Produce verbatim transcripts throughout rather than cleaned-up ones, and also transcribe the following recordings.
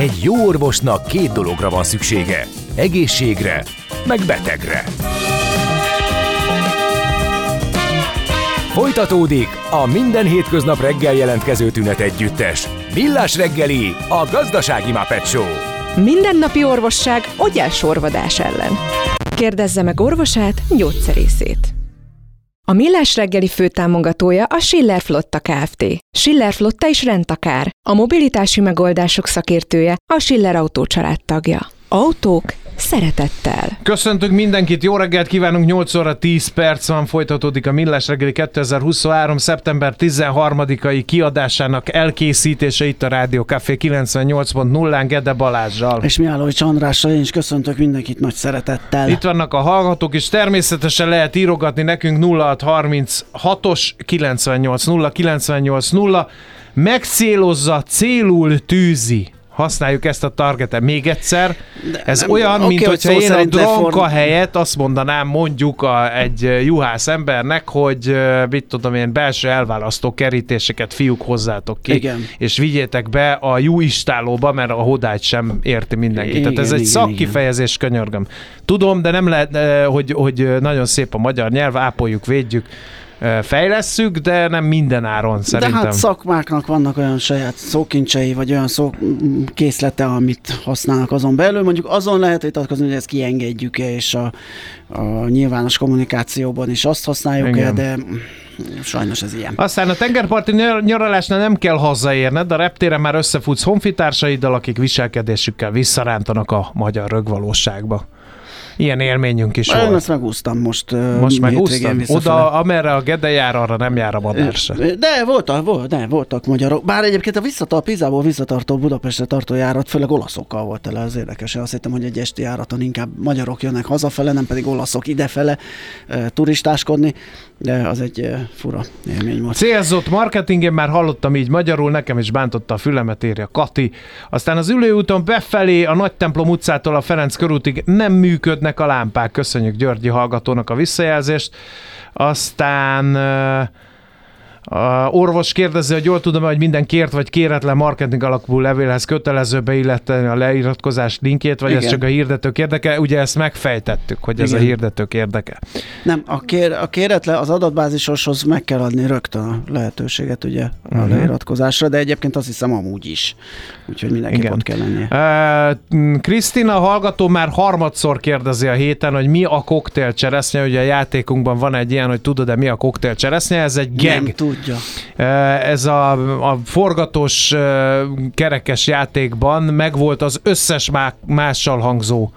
Egy jó orvosnak két dologra van szüksége. Egészségre, meg betegre. Folytatódik a minden hétköznap reggel jelentkező tünet együttes. Millás reggeli, a gazdasági Muppet Show. Mindennapi orvosság ogyásorvadás ellen. Kérdezze meg orvosát, gyógyszerészét. A Millás reggeli főtámogatója a Schiller Flotta Kft. Schiller Flotta is rendtakár. A mobilitási megoldások szakértője, a Schiller Autó család tagja. Autók szeretettel. Köszöntünk mindenkit, jó reggelt kívánunk, nyolc óra tíz perc van, folytatódik a Millás reggeli kétezer-huszonhárom. szeptember tizenharmadikai kiadásának elkészítése itt a Rádió Café kilencvennyolc pont nullán Gede Balázssal. És Mihálovics Andrással, én is köszöntök mindenkit nagy szeretettel. Itt vannak a hallgatók, és természetesen lehet írogatni nekünk nulla hat harminchatos kilencvennyolc nulla kilencvennyolc nulla. Megcélozza, célul tűzi. Használjuk ezt a targetet még egyszer. De ez nem, olyan, okay, mint hogyha én a drónka form... helyett azt mondanám mondjuk a, egy juhász embernek, hogy mit tudom én, belső elválasztó kerítéseket fiúk hozzátok ki, igen, és vigyétek be a jú istálóba, mert a hodályt sem érti mindenki. Igen, tehát ez igen, egy szakkifejezés, könyörgöm. Tudom, de nem lehet, hogy, hogy nagyon szép a magyar nyelv, ápoljuk, védjük, fejlesszük, de nem minden áron szerintem. De hát szakmáknak vannak olyan saját szókincsei, vagy olyan szókészlete, amit használnak azon belül. Mondjuk azon lehet vitatkozni, hogy ezt kiengedjük-e, és a, a nyilvános kommunikációban is azt használjuk-e, de sajnos ez ilyen. Aztán a tengerparti nyaralásnál nem kell hazaérned, de a reptéren már összefutsz honfitársaiddal, akik viselkedésükkel visszarántanak a magyar rögvalóságba. Ilyen élményünk is volt. Én ezt megúsztam most. Most megúsztam? Oda, amerre a Gede jár, arra nem jár a madár se. De voltak, volt, de voltak magyarok. Bár egyébként a visszatar, Pizából visszatartó Budapestre tartó járat főleg olaszokkal volt tele, az érdekes. Azt hittem, hogy egy esti járaton inkább magyarok jönnek hazafele, nem pedig olaszok idefele e, turistáskodni, de az egy e, fura élmény volt. Célzott marketing, én már hallottam így magyarul, nekem is bántotta a fülemet, írja Kati. Aztán az ülőúton befelé a Nagytemplom utcától a Ferenc körútig nem működnek a lámpák. Köszönjük Györgyi hallgatónak a visszajelzést. Aztán a orvos kérdezi, hogy jól tudom, hogy minden kért vagy kéretlen marketing alapú levélhez kötelező beilletni a leiratkozás linkjét, vagy igen, ez csak a hirdetők érdeke? Ugye ezt megfejtettük, hogy ez igen, a hirdetők érdeke. Nem, a, kér, a kéretlen az adatbázisoshoz meg kell adni rögtön a lehetőséget ugye a uh-huh. leiratkozásra, de egyébként azt hiszem amúgy is. Úgyhogy mindenképp ott kell lennie. Krisztina uh, hallgató már harmadszor kérdezi a héten, hogy mi a koktél cseresznye. Ugye a játékunkban van egy ilyen, hogy tudod-e mi a koktél cseresznye? Ez egy gag. Nem tudja. Ez a, a forgatós kerekes játékban megvolt az összes mással hangzó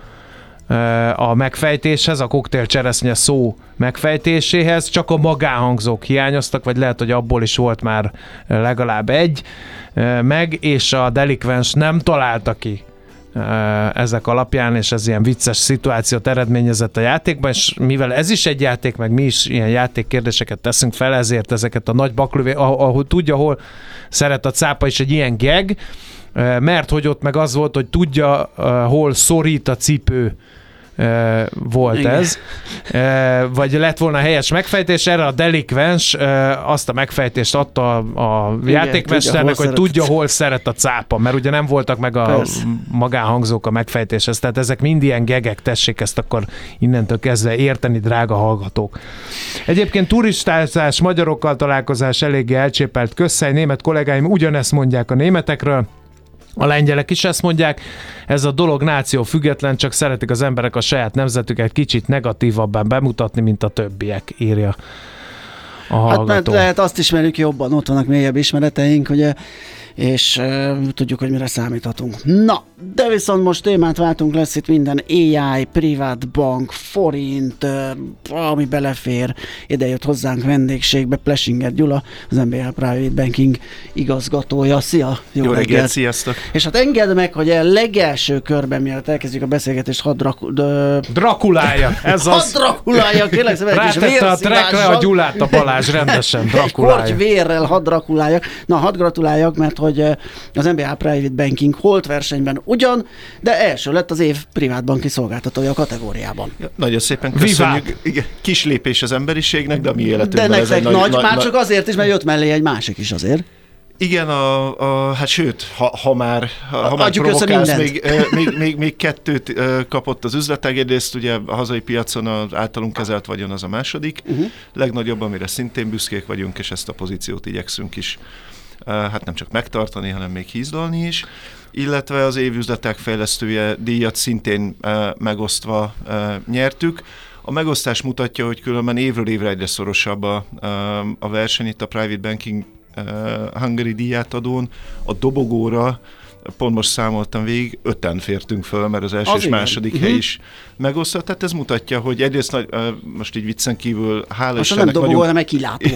a megfejtéshez, a koktél cseresznye szó megfejtéséhez, csak a magánhangzók hiányoztak, vagy lehet, hogy abból is volt már legalább egy meg, és a delikvens nem találta ki ezek alapján, és ez ilyen vicces szituációt eredményezett a játékban, és mivel ez is egy játék, meg mi is ilyen játékkérdéseket teszünk fel, ezért ezeket a nagy baklövé, ahol tudja, hol szeret a cápa, is egy ilyen gag, mert hogy ott meg az volt, hogy tudja, hol szorít a cipő, volt igen, ez. Vagy lett volna helyes megfejtés, erre a delikvens azt a megfejtést adta a igen, játékmesternek, tudja, hogy tudja, hol szeret a cápa, mert ugye nem voltak meg a persze, magánhangzók a megfejtéshez, tehát ezek mind ilyen gegek, tessék ezt akkor innentől kezdve érteni, drága hallgatók. Egyébként turistázás, magyarokkal találkozás eléggé elcsépelt közhely, német kollégáim ugyanezt mondják a németekről, a lengyelek is ezt mondják, ez a dolog náció független, csak szeretik az emberek a saját nemzetüket kicsit negatívabban bemutatni, mint a többiek, írja a hallgató. Hát mert lehet azt ismerjük jobban, ott vannak mélyebb ismereteink, ugye, és uh, tudjuk, hogy mire számíthatunk. Na, de viszont most témát váltunk, lesz itt minden á i, privát bank, forint, uh, ami belefér. Ide jött hozzánk vendégségbe Plesinger Gyula, az em bé há Private Banking igazgatója. Szia! Jó, jó reggelt, sziasztok! És hát engedd meg, hogy a legelső körben, mielőtt elkezdjük a beszélgetést, hadd draku, de... Drakulálja! Ez hadd az... drakulálja, kérlek szépen, egy kis rátette a trekre a Gyulát a Balázs, rendesen drakulálja. Egy korty vérrel hadd drakuláljak. Na, hadd gratuláljak, mert hogy az em bé há Private Banking holt versenyben ugyan, de első lett az év privátbanki szolgáltatója a kategóriában. Ja, nagyon szépen köszönjük. Igen, kis lépés az emberiségnek, de a mi életünkben de ez egy nagy, nagy, nagy, már nagy, csak azért is, mert jött mellé egy másik is azért. Igen, a, a, hát sőt, ha, ha már, ha már provokálsz, még, még, még, még kettőt kapott az üzletág. Egyrészt ugye a hazai piacon az általunk kezelt vagyon az a második, uh-huh. legnagyobb, amire szintén büszkék vagyunk, és ezt a pozíciót igyekszünk is hát nem csak megtartani, hanem még hízdolni is. Illetve az év üzletág fejlesztője díjat szintén megosztva nyertük. A megosztás mutatja, hogy különben évről évre egyre szorosabb a, a verseny. Itt a Private Banking Hungary díjátadón a dobogóra, pont most számoltam végig, öten fértünk föl, mert az első az és második igen. hely uh-huh. is megosztott. Tehát ez mutatja, hogy egyrészt nagy, most így viccen kívül, hála Istennek nem dobogó, nagyon... hanem egy kilátó.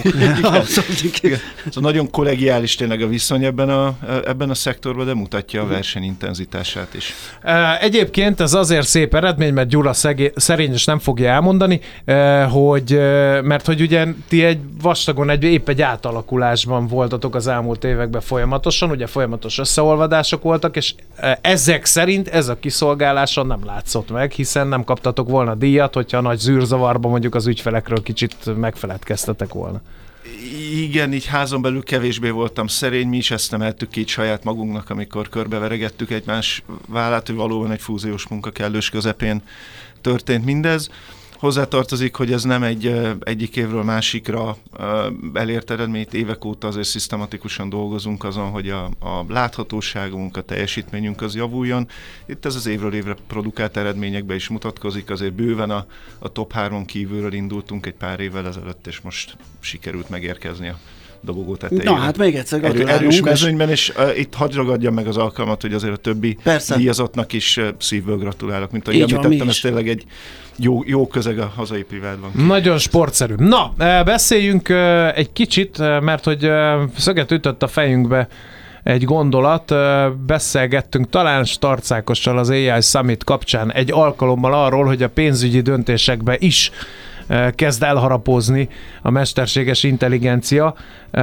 Szóval nagyon kollegiális tényleg a viszony ebben a, ebben a szektorban, de mutatja a verseny intenzitását is. Egyébként ez azért szép eredmény, mert Gyula Szerényes nem fogja elmondani, hogy, mert hogy ugye ti egy vastagon egy, épp egy átalakulásban voltatok az elmúlt években folyamatosan, ugye folyamatos összeolvadások voltak, és ezek szerint ez a kiszolgálása nem látszott meg, hiszen nem kaptatok volna díjat, hogyha a nagy zűrzavarban mondjuk az ügyfelekről kicsit megfeledkeztetek volna. Igen, így házon belül kevésbé voltam szerény, mi is ezt emeltük ki saját magunknak, amikor körbeveregettük egymás vállát, hogy valóban egy fúziós munka kellős közepén történt mindez. Hozzátartozik, hogy ez nem egy egyik évről másikra elért eredmény, évek óta azért szisztematikusan dolgozunk azon, hogy a, a láthatóságunk, a teljesítményünk az javuljon. Itt ez az évről évre produkált eredményekben is mutatkozik, azért bőven a, a top három kívülről indultunk egy pár évvel ezelőtt, és most sikerült megérkezni a dobogó tetejére. Na hát még egyszer Erő, erős mezőnyben, és uh, itt hadd ragadjam meg az alkalmat, hogy azért a többi Persze. díjazottnak is uh, szívből gratulálok. Mint ahogy említettem, ez tényleg egy jó, jó közeg a hazai privátban. Nagyon sportszerű. Na, beszéljünk egy kicsit, mert hogy szöget ütött a fejünkbe egy gondolat. Beszélgettünk talán Starcákossal az á i Summit kapcsán egy alkalommal arról, hogy a pénzügyi döntésekbe is kezd elharapozni a mesterséges intelligencia.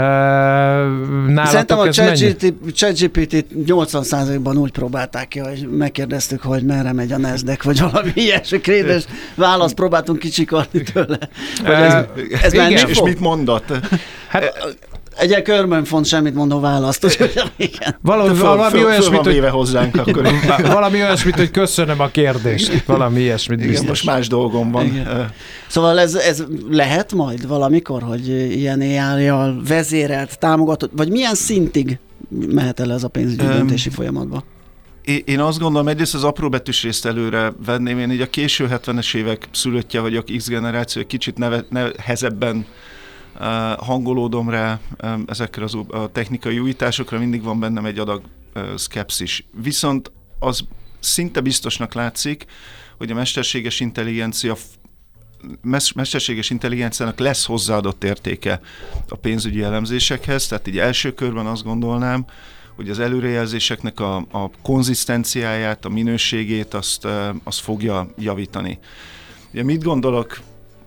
Nálatok Szerintem a ez ChatGPT-t nyolcvan százalékban úgy próbálták ki, hogy megkérdeztük, hogy merre megy a NASDAQ, vagy valami ilyesmi kérdés. Választ próbáltunk kicsikarni tőle. Ez, ez igen, és fog? Mit mondott? Hát, egy ilyen körmön font semmit mondó választ. Valami, föl, valami föl, olyasmit, föl hogy, hozzánk akkor. valami olyasmit, hogy köszönöm a kérdést. Valami ilyesmit biztos. Igen, most más dolgom van. Igen. Szóval ez, ez lehet majd valamikor, hogy ilyen á i-jal vezérelt, támogatott, vagy milyen szintig mehet el ez a pénzügyi um, döntési folyamatba? Én azt gondolom, egyrészt az apróbetűs részt előre venném, én így a késő hetvenes évek szülöttje vagyok, X generáció, kicsit neve, nehezebben uh, hangolódom rá um, ezekre az, a technikai újításokra, mindig van bennem egy adag uh, szkepszis. Viszont az szinte biztosnak látszik, hogy a mesterséges intelligencia mesterséges intelligenciának lesz hozzáadott értéke a pénzügyi elemzésekhez, tehát így első körben azt gondolnám, hogy az előrejelzéseknek a, a konzisztenciáját, a minőségét azt, azt fogja javítani. Ugye mit gondolok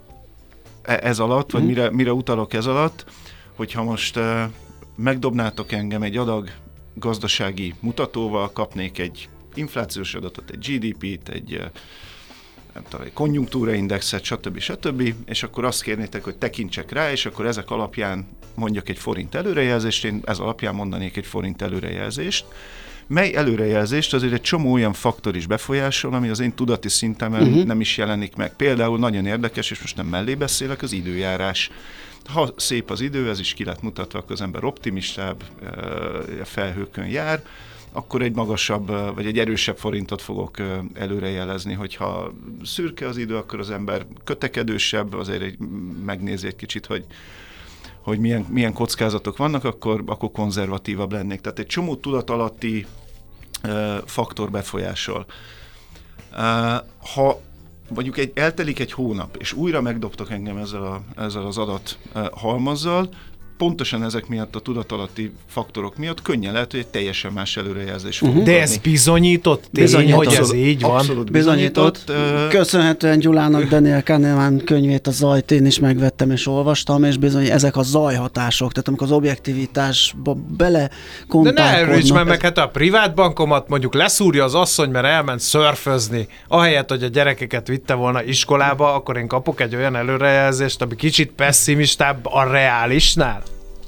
ez alatt, vagy mire, mire utalok ez alatt, hogyha most megdobnátok engem egy adag gazdasági mutatóval, kapnék egy inflációs adatot, egy gé dé pét, egy nem tudom, egy konjunktúraindexet, stb. stb. És akkor azt kérnétek, hogy tekintsek rá, és akkor ezek alapján mondjak egy forint előrejelzést, én ez alapján mondanék egy forint előrejelzést, mely előrejelzést azért egy csomó olyan faktor is befolyásol, ami az én tudati szintemen uh-huh. nem is jelenik meg. Például nagyon érdekes, és most nem mellé beszélek, az időjárás. Ha szép az idő, ez is ki lett mutatva, akkor az ember optimistább, a felhőkön jár, akkor egy magasabb, vagy egy erősebb forintot fogok előrejelezni, hogyha szürke az idő, akkor az ember kötekedősebb, azért egy, megnézi egy kicsit, hogy, hogy milyen, milyen kockázatok vannak, akkor, akkor konzervatívabb lennék. Tehát egy csomó tudatalatti uh, faktor befolyásol. Uh, ha mondjuk egy, eltelik egy hónap, és újra megdobtok engem ezzel, a, ezzel az adat uh, halmazzal, pontosan ezek miatt a tudatalatti faktorok miatt könnyen lehet, hogy egy teljesen más előrejelzés fog uh-huh. De ez bizonyított tény, bizonyított. Hogy ez így van? Abszolút bizonyított. bizonyított. Köszönhetően Gyulának Daniel Kahneman könyvét, a Zajt én is megvettem és olvastam, és bizony ezek a zajhatások, tehát amikor az objektivitásba bele kontálkodnak. De ne erős meg, meg hát a privát bankomat mondjuk leszúrja az asszony, mert elment szörfözni, ahelyett, hogy a gyerekeket vitte volna iskolába, akkor én kapok egy olyan előrejelzést, ami kicsit pessimistább a reálisnál.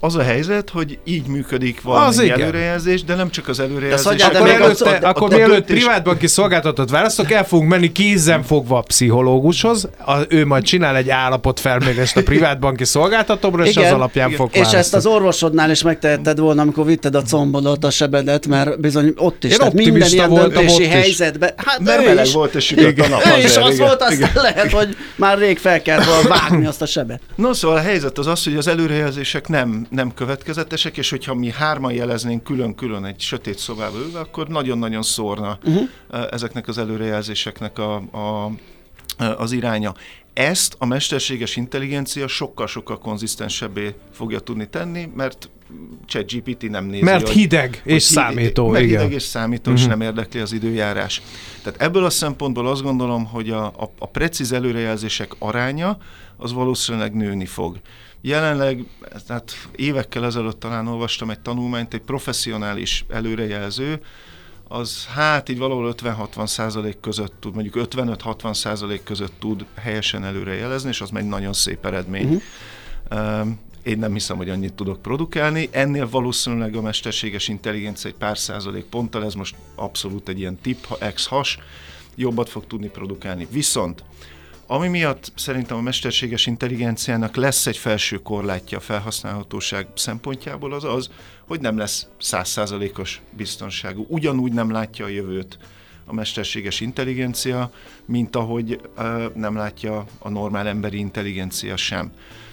az a helyzet, hogy így működik valami előrejelzés, de nem csak az előrejelzés. De akkor előtte, a, akkor a, mielőtt döntés... privátbanki szolgáltatót választok, el fogunk menni kézen fogva a pszichológushoz, a, ő majd csinál egy állapotfelmérést a privátbanki szolgáltatóra, és az alapján igen. fog választani. És ezt az orvosodnál is megtehetted volna, amikor vitted a combodat, a sebedet, mert bizony ott is. Tehát minden ilyen döntési helyzetben. Hát mert meleg volt, és sütött a nap. Ő is az volt, aztán lehet, hogy már rég fel kellett volna vágni azt a sebet. No, szóval a helyzet az az, hogy az előrejelzések nem, nem következetesek, és hogyha mi hárman jeleznénk külön-külön egy sötét szobába ülve, akkor nagyon-nagyon szórna uh-huh. ezeknek az előrejelzéseknek a, a, az iránya. Ezt a mesterséges intelligencia sokkal-sokkal konzisztensebbé fogja tudni tenni, mert ChatGPT nem nézi. Mert hogy, hideg és hogy számító. Mert igen. hideg és számító, uh-huh. és nem érdekli az időjárás. Tehát ebből a szempontból azt gondolom, hogy a, a, a precíz előrejelzések aránya az valószínűleg nőni fog. Jelenleg, tehát évekkel ezelőtt talán olvastam egy tanulmányt, egy professzionális előrejelző, az hát így valahol ötven-hatvan százalék között tud, mondjuk ötvenöt-hatvan százalék között tud helyesen előrejelezni, és az meg nagyon szép eredmény. Uh-huh. Én nem hiszem, hogy annyit tudok produkálni. Ennél valószínűleg a mesterséges intelligencia egy pár százalék ponttal, ez most abszolút egy ilyen tip, ex-has, jobbat fog tudni produkálni. Viszont ami miatt szerintem a mesterséges intelligenciának lesz egy felső korlátja a felhasználhatóság szempontjából az az, hogy nem lesz száz százalékos biztonságú. Ugyanúgy nem látja a jövőt a mesterséges intelligencia, mint ahogy uh, nem látja a normál emberi intelligencia sem.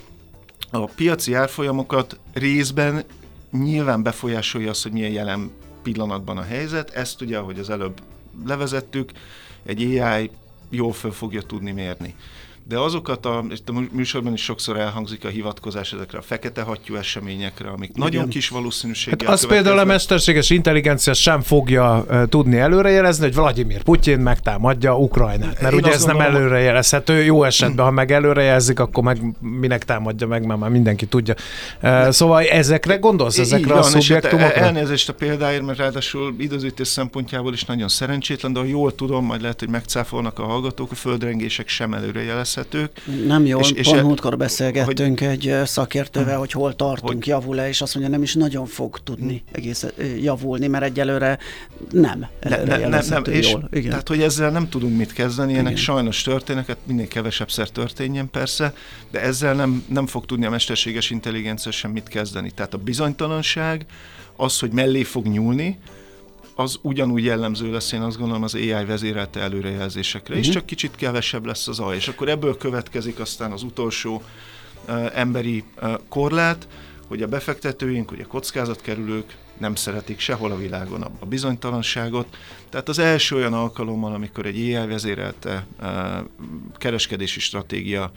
A piaci árfolyamokat részben nyilván befolyásolja az, hogy milyen jelen pillanatban a helyzet. Ezt ugye, ahogy az előbb levezettük, egy á i jól föl fogja tudni mérni. De azokat a, a műsorban is sokszor elhangzik a hivatkozás ezekre a fekete hattyú eseményekre, amik igen. nagyon kis valószínűséggel hát az például a mesterséges intelligencia sem fogja uh, tudni előrejelezni, hogy Vladimir Putyin megtámadja Ukrajnát, mert én ugye ez gondolom, nem előrejelezhető, jó esetben, ha meg előrejelzik, akkor meg minek támadja meg, mert már mindenki tudja. Uh, szóval ezekre gondolsz, ezekre a szubjektumokra? Elnézést a példáért, mert ráadásul időzítés szempontjából is nagyon szerencsétlen, de ha jól tudom, majd lehet, hogy megcáfolnak a hallgatók, a földrengések sem előrejelezhetők. Nem jól, és, pont múltkor beszélgettünk hogy, egy szakértővel, hogy hol tartunk, hogy, javul-e, és azt mondja, nem is nagyon fog tudni egész javulni, mert egyelőre nem előrejelezhető jól. Igen. Tehát, hogy ezzel nem tudunk mit kezdeni, ennek igen. sajnos történnek, minél kevesebbszer történjen persze, de ezzel nem, nem fog tudni a mesterséges intelligencia sem mit kezdeni. Tehát a bizonytalanság, az, hogy mellé fog nyúlni, az ugyanúgy jellemző lesz, én azt gondolom, az á i vezérelte előrejelzésekre, uh-huh. és csak kicsit kevesebb lesz az zaj. És akkor ebből következik aztán az utolsó uh, emberi uh, korlát, hogy a befektetőink, hogy a kockázatkerülők nem szeretik sehol a világon a, a bizonytalanságot. Tehát az első olyan alkalommal, amikor egy á i vezérelte uh, kereskedési stratégia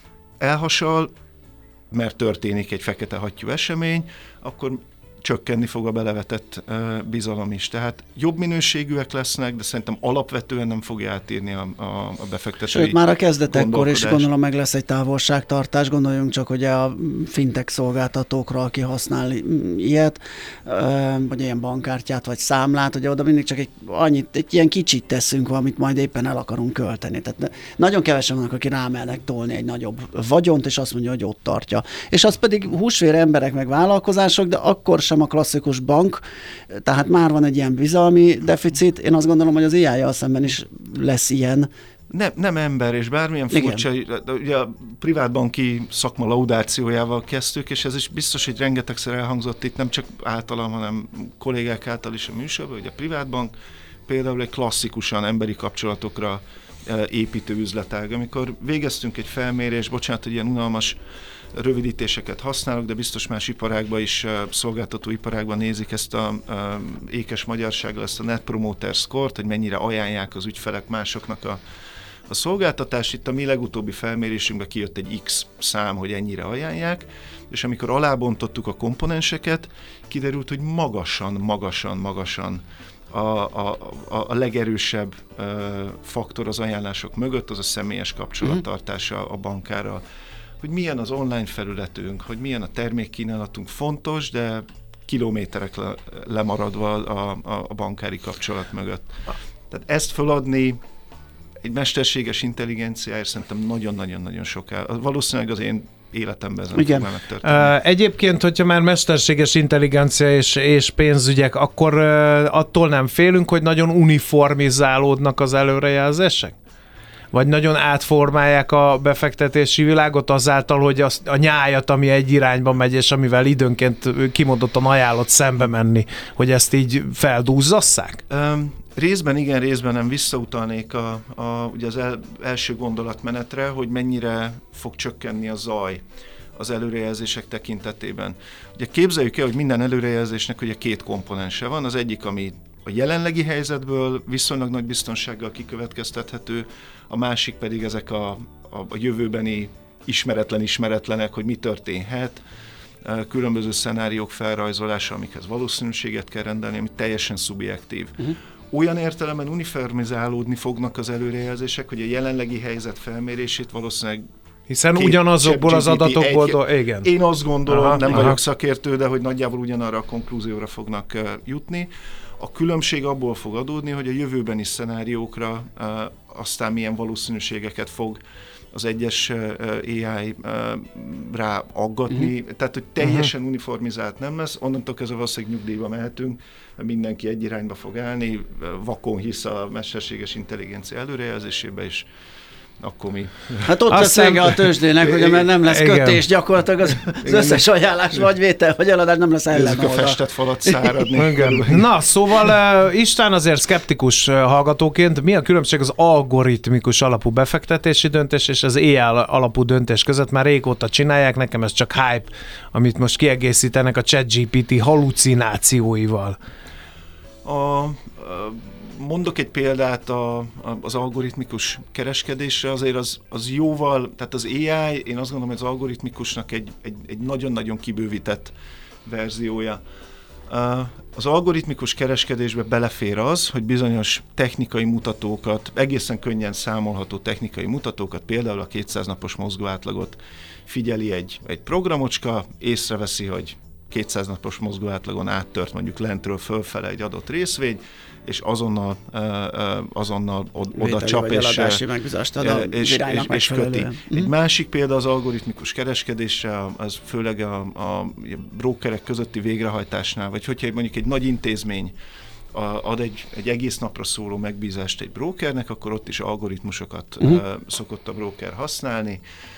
elhasal, mert történik egy fekete hattyú esemény, akkor csökkenni fog a belevetett uh, bizalom is. Tehát jobb minőségűek lesznek, de szerintem alapvetően nem fogja átírni a, a, a befektetői Sőt, már a kezdetekkor is gondolom meg lesz egy távolságtartás, gondoljunk csak, hogy a fintech szolgáltatókra, aki használ ilyet, uh, vagy ilyen bankkártyát, vagy számlát, ugye oda mindig csak egy, annyit, egy ilyen kicsit teszünk, amit majd éppen el akarunk költeni. Tehát nagyon kevesen vannak, aki rámelnek tolni egy nagyobb vagyont, és azt mondja, hogy ott tartja. És az pedig húsvér emberek meg vállalkozások, de akkor sem a klasszikus bank, tehát már van egy ilyen bizalmi deficit. Én azt gondolom, hogy az á i-jal szemben is lesz ilyen. Nem, nem ember, és bármilyen furcsa, ugye a privátbanki szakma laudációjával kezdtük, és ez is biztos, hogy rengetegszer elhangzott itt, nem csak általam, hanem kollégák által is a műsorban, hogy a privátbank például egy klasszikusan emberi kapcsolatokra építő üzletág. Amikor végeztünk egy felmérést, bocsánat, hogy ilyen unalmas rövidítéseket használok, de biztos más iparágban is, szolgáltató iparágban nézik ezt a, a ékes magyarsággal, ezt a Net Promoter Score-t, hogy mennyire ajánlják az ügyfelek másoknak a, a szolgáltatást. Itt a mi legutóbbi felmérésünkben kijött egy X szám, hogy ennyire ajánlják, és amikor alábontottuk a komponenseket, kiderült, hogy magasan, magasan, magasan a, a, a, a legerősebb uh, faktor az ajánlások mögött, az a személyes kapcsolattartása a bankárral. Hogy milyen az online felületünk, hogy milyen a termékkínálatunk fontos, de kilométerek le, lemaradva a, a, a bankári kapcsolat mögött. Tehát ezt feladni egy mesterséges intelligenciáért szerintem nagyon-nagyon-nagyon soká. Valószínűleg az én életemben ez nem Igen. fog már megtörténni. Uh, egyébként, hogyha már mesterséges intelligencia és, és pénzügyek, akkor uh, attól nem félünk, hogy nagyon uniformizálódnak az előrejelzések? Vagy nagyon átformálják a befektetési világot azáltal, hogy az, a nyájat, ami egy irányba megy, és amivel időnként kimondottan ajánlott szembe menni, hogy ezt így feldúzzasszák? Um, részben igen, részben nem. Visszautalnék a, a, ugye az el, első gondolatmenetre, hogy mennyire fog csökkenni a zaj az előrejelzések tekintetében. Ugye képzeljük el, hogy minden előrejelzésnek ugye két komponense van. Az egyik, ami a jelenlegi helyzetből viszonylag nagy biztonsággal kikövetkeztethető, a másik pedig ezek a, a, a jövőbeni ismeretlen ismeretlenek, hogy mi történhet, különböző szenáriók felrajzolása, amikhez valószínűséget kell rendelni, ami teljesen szubjektív. Uh-huh. Olyan értelemben uniformizálódni fognak az előrejelzések, hogy a jelenlegi helyzet felmérését valószínűleg Hiszen ugyanazokból az adatokból... egy, Do- igen. Én azt gondolom, aha, nem aha. vagyok szakértő, de hogy nagyjából ugyanarra a konklúzióra fognak uh, jutni. A különbség abból fog adódni, hogy a jövőbeni szenáriókra uh, aztán milyen valószínűségeket fog az egyes uh, á i uh, rá aggatni. Uh-huh. Tehát, hogy teljesen uh-huh. uniformizált nem lesz. Onnantól kezdve valószínűleg nyugdíjba mehetünk, mindenki egy irányba fog állni, vakon hisz a mesterséges intelligencia előrejelzésébe is. Akkor mi? Hát ott lesz vége a tőzsdének, hogy mert nem lesz igen. kötés, gyakorlatilag az, az összes ajánlás vagy vétel, vagy eladás nem lesz Ezek a ellenoldal. festett falat száradni. Na, szóval uh, István azért szkeptikus uh, hallgatóként, mi a különbség az algoritmikus alapú befektetési döntés és az á i alapú döntés között? Már régóta csinálják, nekem ez csak hype, amit most kiegészítenek a ChatGPT halucinációival. A, a Mondok egy példát a, a, az algoritmikus kereskedésre, azért az, az jóval, tehát az á i, én azt gondolom, hogy az algoritmikusnak egy, egy, egy nagyon-nagyon kibővített verziója. Az algoritmikus kereskedésbe belefér az, hogy bizonyos technikai mutatókat, egészen könnyen számolható technikai mutatókat, például a kétszáz napos mozgóátlagot figyeli egy, egy programocska, észreveszi, hogy kétszáz napos mozgóátlagon áttört mondjuk lentről fölfele egy adott részvény, és azonnal, azonnal oda csap, és, és, és, és köti. Mm. Egy másik példa az algoritmikus kereskedésre, az főleg a, a brókerek közötti végrehajtásnál, vagy hogyha mondjuk egy nagy intézmény ad egy, egy egész napra szóló megbízást egy brókernek, akkor ott is algoritmusokat mm. szokott a bróker használni,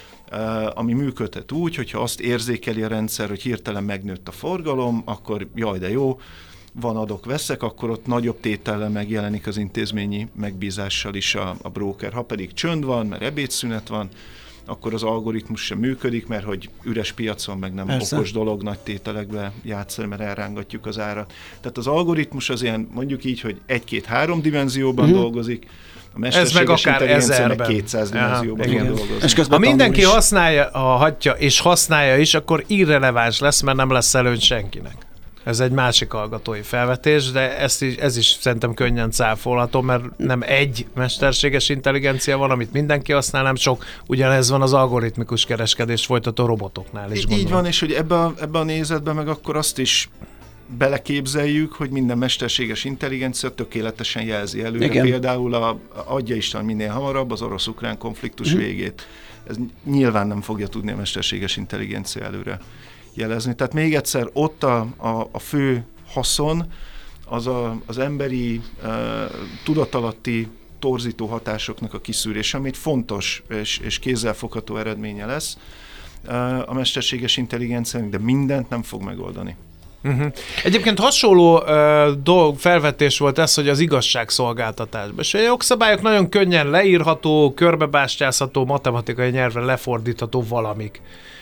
ami működhet úgy, hogyha azt érzékeli a rendszer, hogy hirtelen megnőtt a forgalom, akkor jaj, de jó, van adok-veszek, akkor ott nagyobb tétellel megjelenik az intézményi megbízással is a, a bróker. Ha pedig csönd van, mert ebédszünet van, akkor az algoritmus sem működik, mert hogy üres piacon meg nem Persze. okos dolog nagy tételekbe játszani, mert elrángatjuk az árat. Tehát az algoritmus az ilyen, mondjuk így, hogy egy-két-három dimenzióban uh-huh. dolgozik, a mesterséges intelligencia meg kétszáz dimenzióban dolgozik. Ha mindenki is. használja a hatja és használja is, akkor irreleváns lesz, mert nem lesz előny senkinek. Ez egy másik hallgatói felvetés, de ezt is, ez is szerintem könnyen cáfolható, mert nem egy mesterséges intelligencia van, amit mindenki használ, nem sok. Ugyanez van az algoritmikus kereskedést folytató robotoknál is. Így gondolom. Van, és hogy ebbe a, ebbe a nézetbe meg akkor azt is beleképzeljük, hogy minden mesterséges intelligencia tökéletesen jelzi előre. Igen. Például a, adja Isten minél hamarabb az orosz-ukrán konfliktus mm. végét. Ez nyilván nem fogja tudni a mesterséges intelligencia előre jelezni. Tehát még egyszer, ott a, a, a fő haszon az a, az emberi uh, tudatalatti torzító hatásoknak a kiszűrése, amit fontos és, és kézzelfogható eredménye lesz uh, a mesterséges intelligenciának, de mindent nem fog megoldani. Uh-huh. Egyébként hasonló uh, dolg, felvetés volt ez, hogy az igazságszolgáltatásban. És a jogszabályok nagyon könnyen leírható, körbebástyázható, matematikai nyelvre lefordítható valamik.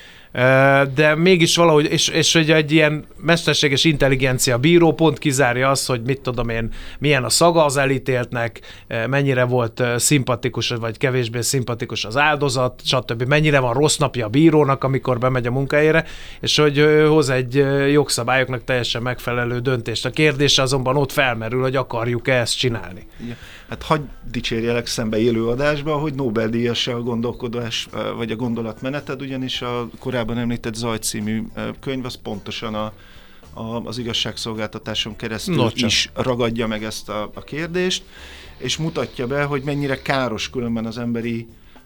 De mégis valahogy, és, és hogy egy ilyen mesterséges intelligencia bíró pont kizárja azt, hogy mit tudom én, milyen a szaga az elítéltnek, mennyire volt szimpatikus, vagy kevésbé szimpatikus az áldozat, stb. Mennyire van rossz napja a bírónak, amikor bemegy a munkahelyére, és hogy hoz egy jogszabályoknak teljesen megfelelő döntést. A kérdés azonban ott felmerül, hogy akarjuk-e ezt csinálni. Igen. Hát hadd dicsérjelek szembe élő adásba, hogy Nobel-díjas a gondolkodás, vagy a gondolatmeneted, ugyanis a korábban említett Zaj című könyv, az pontosan a, a, az igazságszolgáltatáson keresztül Nocsa. is ragadja meg ezt a, a kérdést, és mutatja be, hogy mennyire káros különben az emberi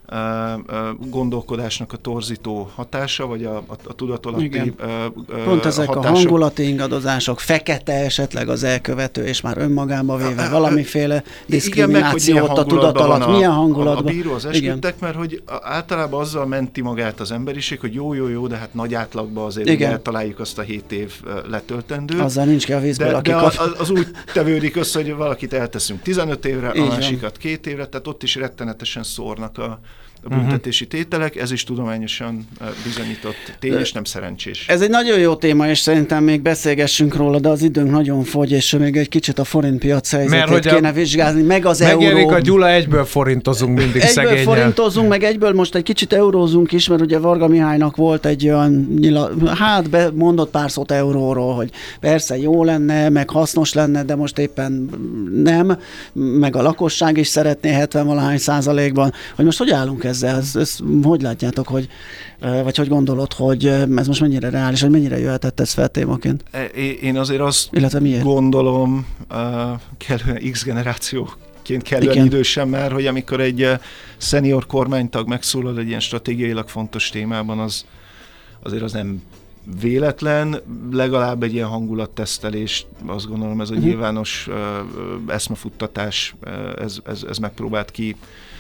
gondolkodásnak a torzító hatása, vagy a, a, a tudatolati Igen. hatások. Pont ezek hatások. A hangulati ingadozások, fekete esetleg az elkövető, és már önmagába véve valamiféle diszkriminációt a tudat alatt. Milyen hangulatban? A, a bíró az esküdtek, mert hogy általában azzal menti magát az emberiség, hogy jó, jó, jó, de hát nagy átlagban azért eltaláljuk azt a hét év letöltendőt. Azzal nincs ki a vízből, de, aki de az, az úgy tevődik össze, hogy valakit elteszünk tizenöt évre, a másikat két évre, tehát ott is rettenetesen szórnak a a büntetési tételek, ez is tudományosan bizonyított tény, és nem szerencsés. Ez egy nagyon jó téma, és szerintem még beszélgessünk róla, de az időnk nagyon fogy, és még egy kicsit a forintpiac helyzetét kéne a... vizsgálni, meg az euró. Megjelenik a Gyula, egyből forintozunk mindig szegényen. Egyből forintozunk, meg egyből most egy kicsit eurózunk is, mert ugye Varga Mihálynak volt egy olyan, nyila, hát be, mondott pár szót euróról, hogy persze jó lenne, meg hasznos lenne, de most éppen nem, meg a lakosság is szeretné hetven-valahány százalékban, hogy most hogy állunk ezzel? Ez, ez, hogy látjátok, hogy, vagy hogy gondolod, hogy ez most mennyire reális, hogy mennyire jöhetett ez fel témaként? Én azért azt gondolom, kellően X generációként kellően Igen. idősen már, hogy amikor egy szenior kormánytag megszólal egy ilyen stratégiailag fontos témában, az azért az nem véletlen, legalább egy ilyen hangulattesztelés, azt gondolom ez a uh-huh. nyilvános uh, eszmefuttatás, uh, ez, ez, ez megpróbált ki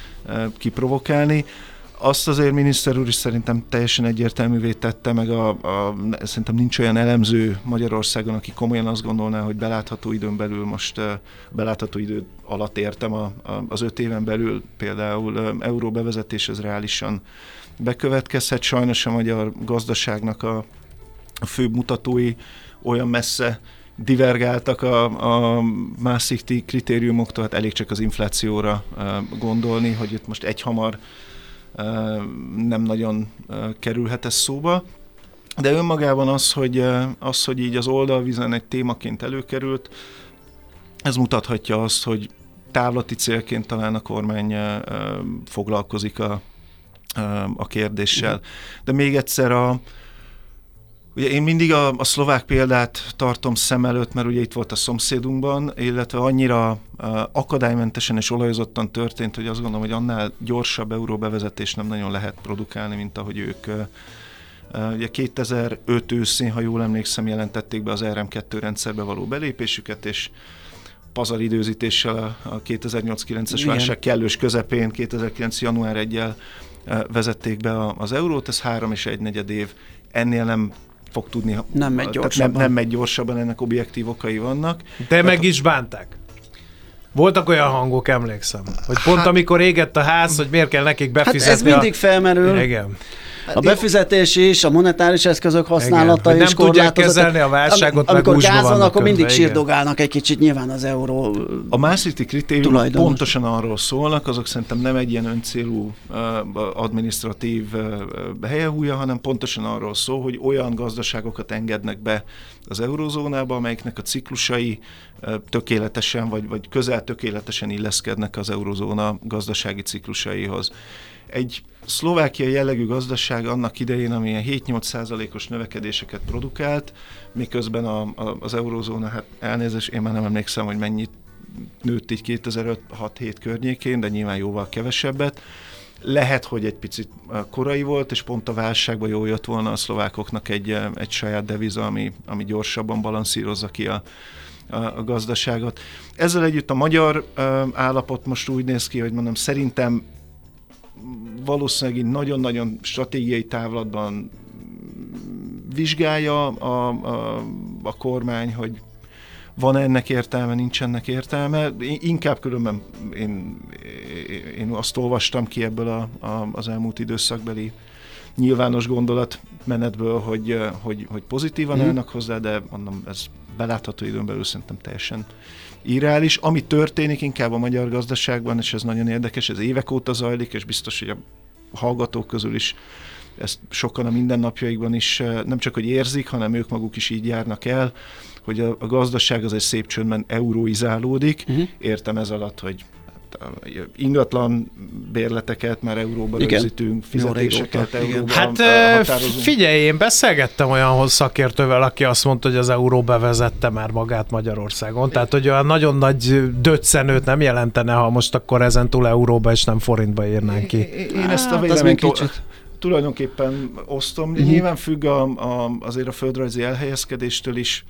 kiprovokálni. Azt azért miniszter úr is szerintem teljesen egyértelművé tette, meg a, a, szerintem nincs olyan elemző Magyarországon, aki komolyan azt gondolná, hogy belátható időn belül, most belátható idő alatt értem a, a, az öt éven belül például euró bevezetés, ez reálisan bekövetkezhet. Sajnos a magyar gazdaságnak a, a főbb mutatói olyan messze divergáltak a, a Maastrichti kritériumoktól, hát elég csak az inflációra uh, gondolni, hogy itt most egyhamar uh, nem nagyon uh, kerülhet ez szóba. De önmagában az, hogy, uh, az, hogy így az oldalvízen egy témaként előkerült, ez mutathatja azt, hogy távlati célként talán a kormány uh, foglalkozik a, uh, a kérdéssel. De még egyszer a Ugye én mindig a, a szlovák példát tartom szem előtt, mert ugye itt volt a szomszédunkban, illetve annyira uh, akadálymentesen és olajozottan történt, hogy azt gondolom, hogy annál gyorsabb euróbevezetés nem nagyon lehet produkálni, mint ahogy ők. Uh, uh, ugye kétezer-öt őszén, ha jól emlékszem, jelentették be az er em kettő rendszerbe való belépésüket, és pazar időzítéssel a, a kétezer-nyolc-kilences válság kellős közepén, kétezer-kilenc január elsejével uh, vezették be a, az eurót, ez három és egy negyed év. Ennél nem fog tudni, nem megy gyorsabban. Nem, nem megy gyorsabban, ennek objektív okai vannak. De meg is bánták. Voltak olyan hangok, emlékszem, hogy pont hát, amikor égett a ház, hogy miért kell nekik befizetni. Hát ez mindig a... felmerül. Igen. A befizetés is, a monetáris eszközök használata Igen, is nem tudják kezelni a válságot, Am, amikor gáz van, akkor kötve, mindig igen. sírdogálnak egy kicsit, nyilván az euró. A Maastrichti kritériumok pontosan arról szólnak, azok szerintem nem egy ilyen öncélú uh, adminisztratív uh, helyehúja, hanem pontosan arról szól, hogy olyan gazdaságokat engednek be az eurózónába, amelyeknek a ciklusai uh, tökéletesen, vagy, vagy közel tökéletesen illeszkednek az eurózóna gazdasági ciklusaihoz. Egy Szlovákia jellegű gazdaság annak idején, amilyen hét-nyolc százalékos növekedéseket produkált, miközben a, a, az eurózóna, hát elnézést, én már nem emlékszem, hogy mennyit nőtt így kétezer-öt-hat-hét környékén, de nyilván jóval kevesebbet. Lehet, hogy egy picit korai volt, és pont a válságban jól jött volna a szlovákoknak egy, egy saját deviza, ami, ami gyorsabban balanszírozza ki a, a, a gazdaságot. Ezzel együtt a magyar uh, állapot most úgy néz ki, hogy mondom, szerintem valószínűleg nagyon-nagyon stratégiai távlatban vizsgálja a, a, a kormány, hogy van ennek értelme, nincs ennek értelme. Inkább különben én, én azt olvastam ki ebből a, a, az elmúlt időszakbeli nyilvános gondolatmenetből, hogy, hogy, hogy pozitívan mm. állnak hozzá, de mondom, ez belátható időn belül szerintem teljesen irreális. Ami történik inkább a magyar gazdaságban, és ez nagyon érdekes, ez évek óta zajlik, és biztos, hogy a hallgatók közül is ezt sokan a mindennapjaikban is nem csak, hogy érzik, hanem ők maguk is így járnak el, hogy a, a gazdaság az egy szép csöndben euróizálódik. Uh-huh. Értem ez alatt, hogy ingatlan bérleteket már euróba Igen. rögzítünk, fizetéseket Jó régóta, euróba Hát határozunk. figyelj, én beszélgettem olyan szakértővel, aki azt mondta, hogy az euró bevezette már magát Magyarországon. Tehát, hogy olyan nagyon nagy döccenőt nem jelentene, ha most akkor ezentúl euróba és nem forintba írnánk ki. Én ezt a Hát, az véleményt még kicsit. tulajdonképpen osztom. Uh-huh. Nyilván függ a, a, azért a földrajzi elhelyezkedéstől is.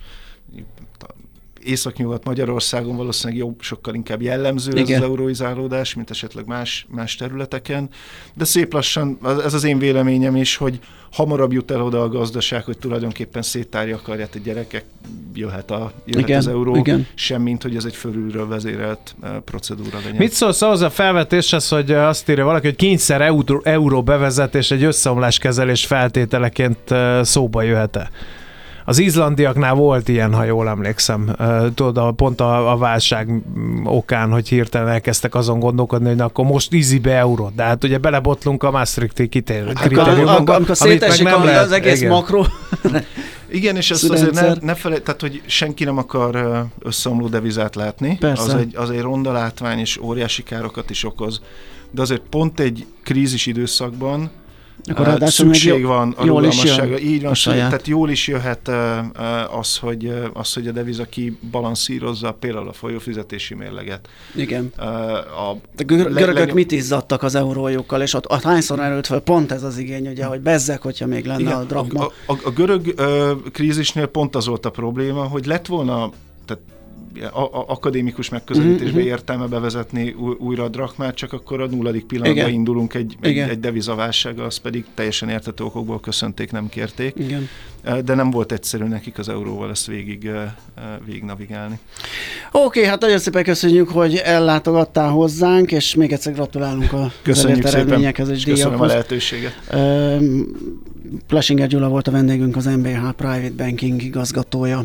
Észak-nyugat Magyarországon valószínűleg jobb, sokkal inkább jellemző ez az euróizálódás, mint esetleg más, más területeken. De szép lassan, ez az én véleményem is, hogy hamarabb jut el oda a gazdaság, hogy tulajdonképpen széttárja akarját a gyerekek, jöhet, a, jöhet igen, az euró, igen. semmint, hogy ez egy fölülről vezérelt procedúra legyen. Mit szólsz ahhoz a felvetéshez, hogy azt írja valaki, hogy kényszer euró, euró bevezetés egy összeomláskezelés feltételeként szóba jöhet-e? Az izlandiaknál volt ilyen, ha jól emlékszem, tudod, pont a, a válság okán, hogy hirtelen elkezdtek azon gondolkodni, hogy na, akkor most easy-be euró. De hát ugye belebotlunk a Maastrichti kritériumokba, amikor szétesik az egész igen. makro. Igen, és ezt azért ne, ne felejt, tehát, hogy senki nem akar összeomló devizát látni. Az egy, az egy ronda látvány, és óriási károkat is okoz. De azért pont egy krízis időszakban Akkor uh, szükség jó, van a rugalmasságra. Így van, saját. Tehát jól is jöhet uh, az, hogy, uh, az, hogy a deviza kibalanszírozza például a folyófizetési mérleget. Igen. Uh, a de gör- le- görögök le- mit izzadtak az eurójukkal, és ott, ott hányszor erőlt fel pont ez az igény, ugye, hogy bezzek, hogyha még lenne igen, a drachma. A, a, a görög uh, krízisnél pont az volt a probléma, hogy lett volna, tehát A, a, akadémikus megközelítésbe uh-huh. értelme bevezetni új, újra a drachmát, csak akkor a nulladik pillanatban igen. indulunk egy, egy, egy devizaválsággal, azt pedig teljesen érthető okokból köszönték, nem kérték. Igen. De nem volt egyszerű nekik az euróval ezt végig, végig navigálni. Oké, okay, hát nagyon szépen köszönjük, hogy ellátogattál hozzánk, és még egyszer gratulálunk a köszönjük eredményekhez és díjakhoz. Köszönöm a lehetőséget. Uh, Plesinger Gyula volt a vendégünk, az em bé há Private Banking igazgatója.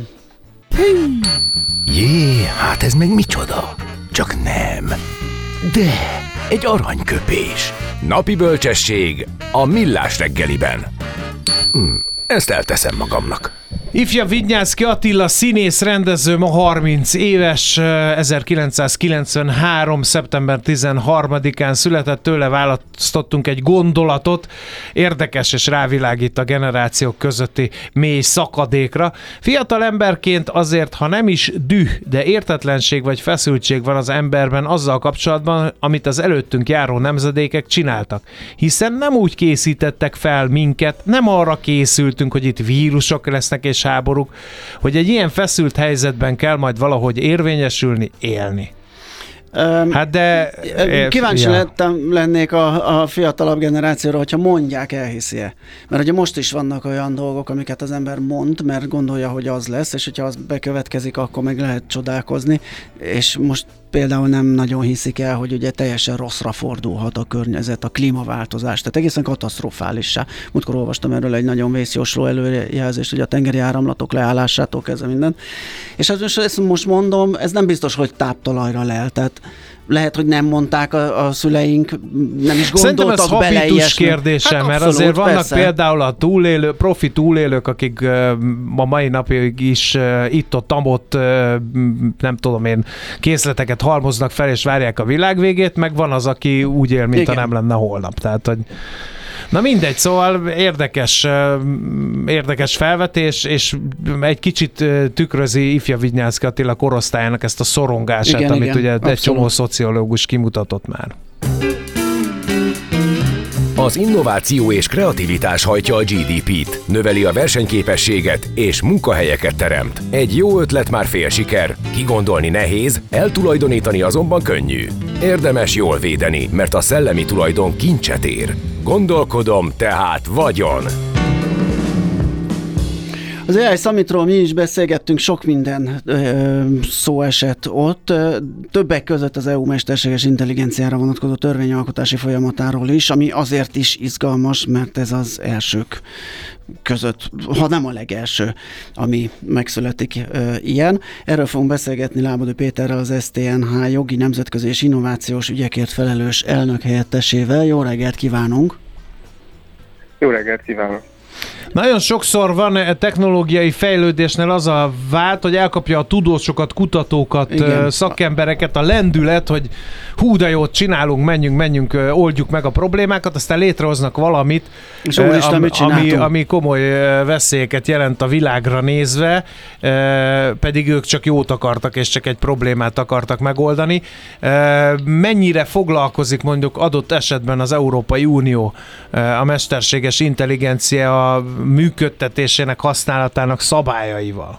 Jé, hát ez meg micsoda? Csak nem. De, egy aranyköpés. Napi bölcsesség a Millás reggeliben. Hm, ezt elteszem magamnak. Ifja Vidnyánszky Attila színész, rendező, ma harminc éves, ezerkilencszázkilencvenhárom. szeptember tizenharmadikán született, tőle választottunk egy gondolatot, érdekes és rávilágít a generációk közötti mély szakadékra. Fiatal emberként azért, ha nem is düh, de értetlenség vagy feszültség van az emberben azzal kapcsolatban, amit az előttünk járó nemzedékek csináltak. Hiszen nem úgy készítettek fel minket, nem arra készültünk, hogy itt vírusok lesznek és háborúk, hogy egy ilyen feszült helyzetben kell majd valahogy érvényesülni, élni. Um, hát de... Kíváncsi ja. lettem, lennék a, a fiatalabb generációra, hogyha mondják, elhiszi-e. Mert ugye most is vannak olyan dolgok, amiket az ember mond, mert gondolja, hogy az lesz, és hogyha az bekövetkezik, akkor meg lehet csodálkozni, és most például nem nagyon hiszik el, hogy ugye teljesen rosszra fordulhat a környezet, a klímaváltozás, tehát egészen katasztrofálissá. Múltkor olvastam erről egy nagyon vészjósló előrejelzést, hogy a tengeri áramlatok leállásától kezdve minden. És hát most, ezt most mondom, ez nem biztos, hogy táptalajra lel, tehát lehet, hogy nem mondták a, a szüleink, nem is gondoltak bele. Szerintem ez habitus kérdése, hát mert azért vannak persze. Például a túlélő, profi túlélők, akik a mai napig is itt-ott, amott, nem tudom én, készleteket halmoznak fel, és várják a világ végét, meg van az, aki úgy él, mint ha nem lenne holnap. Tehát, hogy na mindegy, szóval érdekes, érdekes felvetés, és egy kicsit tükrözi Ifja Vidnyánszky Attila korosztályának ezt a szorongását, igen, amit igen, ugye abszolút. Egy csomó szociológus kimutatott már. Az innováció és kreativitás hajtja a gé dé pét, növeli a versenyképességet és munkahelyeket teremt. Egy jó ötlet már fél siker, kigondolni nehéz, eltulajdonítani azonban könnyű. Érdemes jól védeni, mert a szellemi tulajdon kincset ér. Gondolkodom, tehát vagyon! Az á i Summitról mi is beszélgettünk, sok minden ö, szó esett ott, többek között az é u mesterséges intelligenciára vonatkozó törvényalkotási folyamatáról is, ami azért is izgalmas, mert ez az elsők között, ha nem a legelső, ami megszületik ö, ilyen. Erről fogunk beszélgetni Lábodő Péterrel, az es té en há jogi, nemzetközi és innovációs ügyekért felelős elnök helyettesével. Jó reggelt kívánunk! Jó reggelt kívánok! Nagyon sokszor van technológiai fejlődésnél az a vált, hogy elkapja a tudósokat, kutatókat, igen, szakembereket a lendület, hogy hú, de jót csinálunk, menjünk, menjünk, oldjuk meg a problémákat, aztán létrehoznak valamit, am, ami, ami komoly veszélyeket jelent a világra nézve, pedig ők csak jót akartak, és csak egy problémát akartak megoldani. Mennyire foglalkozik mondjuk adott esetben az Európai Unió a mesterséges intelligencia működtetésének, használatának szabályaival?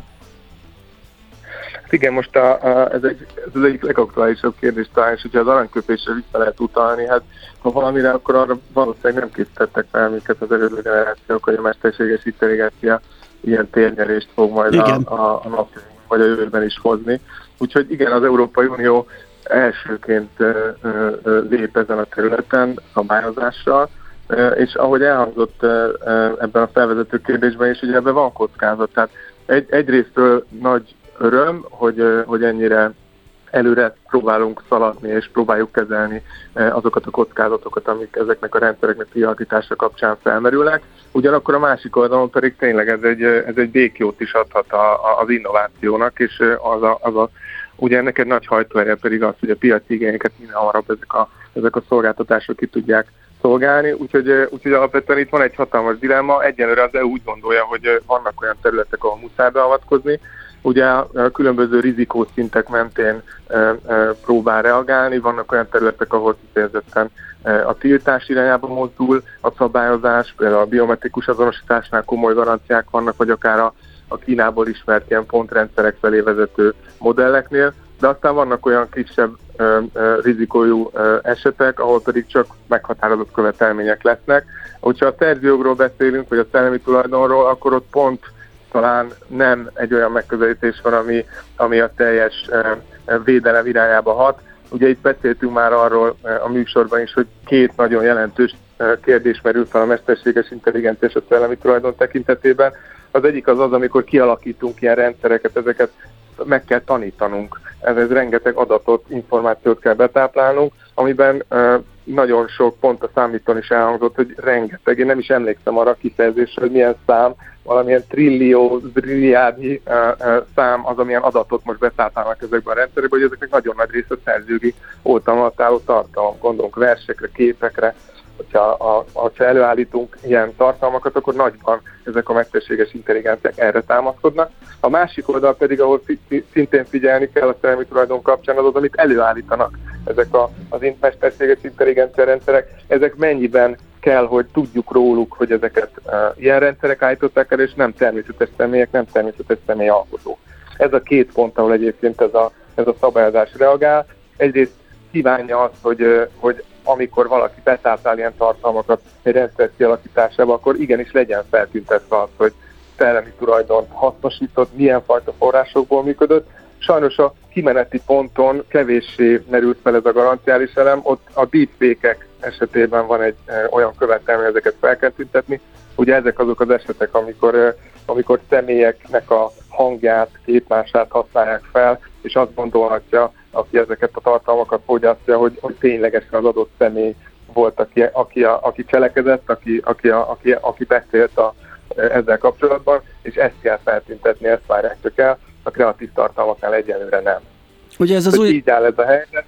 Igen, most a, a, ez, egy, ez az egyik legaktuálisabb kérdés talán, és hogyha az aranyköpésre vissza lehet utalni, hát ha valamire, akkor arra valószínűleg nem készítettek fel minket az előző generációk, hogy a mesterséges intelligencia ilyen térnyerést fog majd a, a, a napjainkban vagy a jövőben is hozni. Úgyhogy igen, az Európai Unió elsőként ö, ö, lép ezen a területen szabályozással, és ahogy elhangzott ebben a felvezető kérdésben is, ugye ebben van kockázat. Tehát egy, egyrésztről nagy öröm, hogy, hogy ennyire előre próbálunk szaladni, és próbáljuk kezelni azokat a kockázatokat, amik ezeknek a rendszereknek kialakítása kapcsán felmerülnek. Ugyanakkor a másik oldalon pedig tényleg ez egy, ez egy békjót is adhat a, a, az innovációnak, és az a, az a, ugye ennek egy nagy hajtóerje pedig az, hogy a piaci igényeket minél hamarabb ezek a, ezek a szolgáltatások ki tudják szolgálni, úgyhogy, úgyhogy alapvetően itt van egy hatalmas dilemma. Egyelőre az é u úgy gondolja, hogy vannak olyan területek, ahol muszáj beavatkozni. Ugye a különböző rizikószintek mentén e, e, próbál reagálni, vannak olyan területek, ahol kifejezetten e, a tiltás irányába mozdul a szabályozás, például a biometrikus azonosításnál komoly garanciák vannak, vagy akár a, a Kínából ismert ilyen pontrendszerek felé vezető modelleknél, de aztán vannak olyan kisebb e, e, rizikójú e, esetek, ahol pedig csak meghatározott követelmények lesznek. Hogyha a szerzőjogról beszélünk, vagy a szellemi tulajdonról, akkor ott pont talán nem egy olyan megközelítés van, ami, ami a teljes védelem irányába hat. Ugye itt beszéltünk már arról a műsorban is, hogy két nagyon jelentős kérdés merül fel a mesterséges intelligencia és a szellemi tulajdon tekintetében. Az egyik az az, amikor kialakítunk ilyen rendszereket, ezeket meg kell tanítanunk. Ez rengeteg adatot, információt kell betáplálnunk, amiben nagyon sok pont a számíton is elhangzott, hogy rengeteg, én nem is emlékszem arra a kifejezésre, hogy milyen szám, valamilyen trillió, trilliárnyi uh, uh, szám az, amilyen adatot most betáplálnak ezekben a rendszerekben, hogy ezeknek nagyon nagy része szerzőgi oltalmat álló tartalom. Gondolunk versekre, képekre, hogyha, a, hogyha előállítunk ilyen tartalmakat, akkor nagyban ezek a mesterséges intelligenciák erre támaszkodnak. A másik oldal pedig, ahol szintén figyelni kell a szellemi tulajdon kapcsán, az az, amit előállítanak ezek a, az mesterséges intelligencia rendszerek, ezek mennyiben kell, hogy tudjuk róluk, hogy ezeket uh, ilyen rendszerek állították el, és nem természetes személyek, nem természetes személyalkotók. Ez a két pont, ahol egyébként ez a, ez a szabályozás reagál. Egyrészt kívánja azt, hogy, uh, hogy amikor valaki betáplál ilyen tartalmakat egy rendszer kialakításába, akkor igenis legyen feltüntetve az, hogy szellemi tulajdon hasznosított, milyen fajta forrásokból működött. Sajnos a kimeneti ponton kevéssé merült fel ez a garanciális elem, ott a deepfake-ek esetében van egy e, olyan követelmény, ezeket fel kell tüntetni. Ugye ezek azok az esetek, amikor, e, amikor személyeknek a hangját, képmását használják fel, és azt gondolhatja, aki ezeket a tartalmakat fogyasztja, hogy, hogy ténylegesen az adott személy volt, aki, aki, a, aki cselekedett, aki, aki, a, aki, aki beszélt a, ezzel kapcsolatban, és ezt kell feltüntetni, ezt várják csak el, a kreatív tartalmaknál egyelőre nem. Ugye ez az új... Így áll ez a helyzet.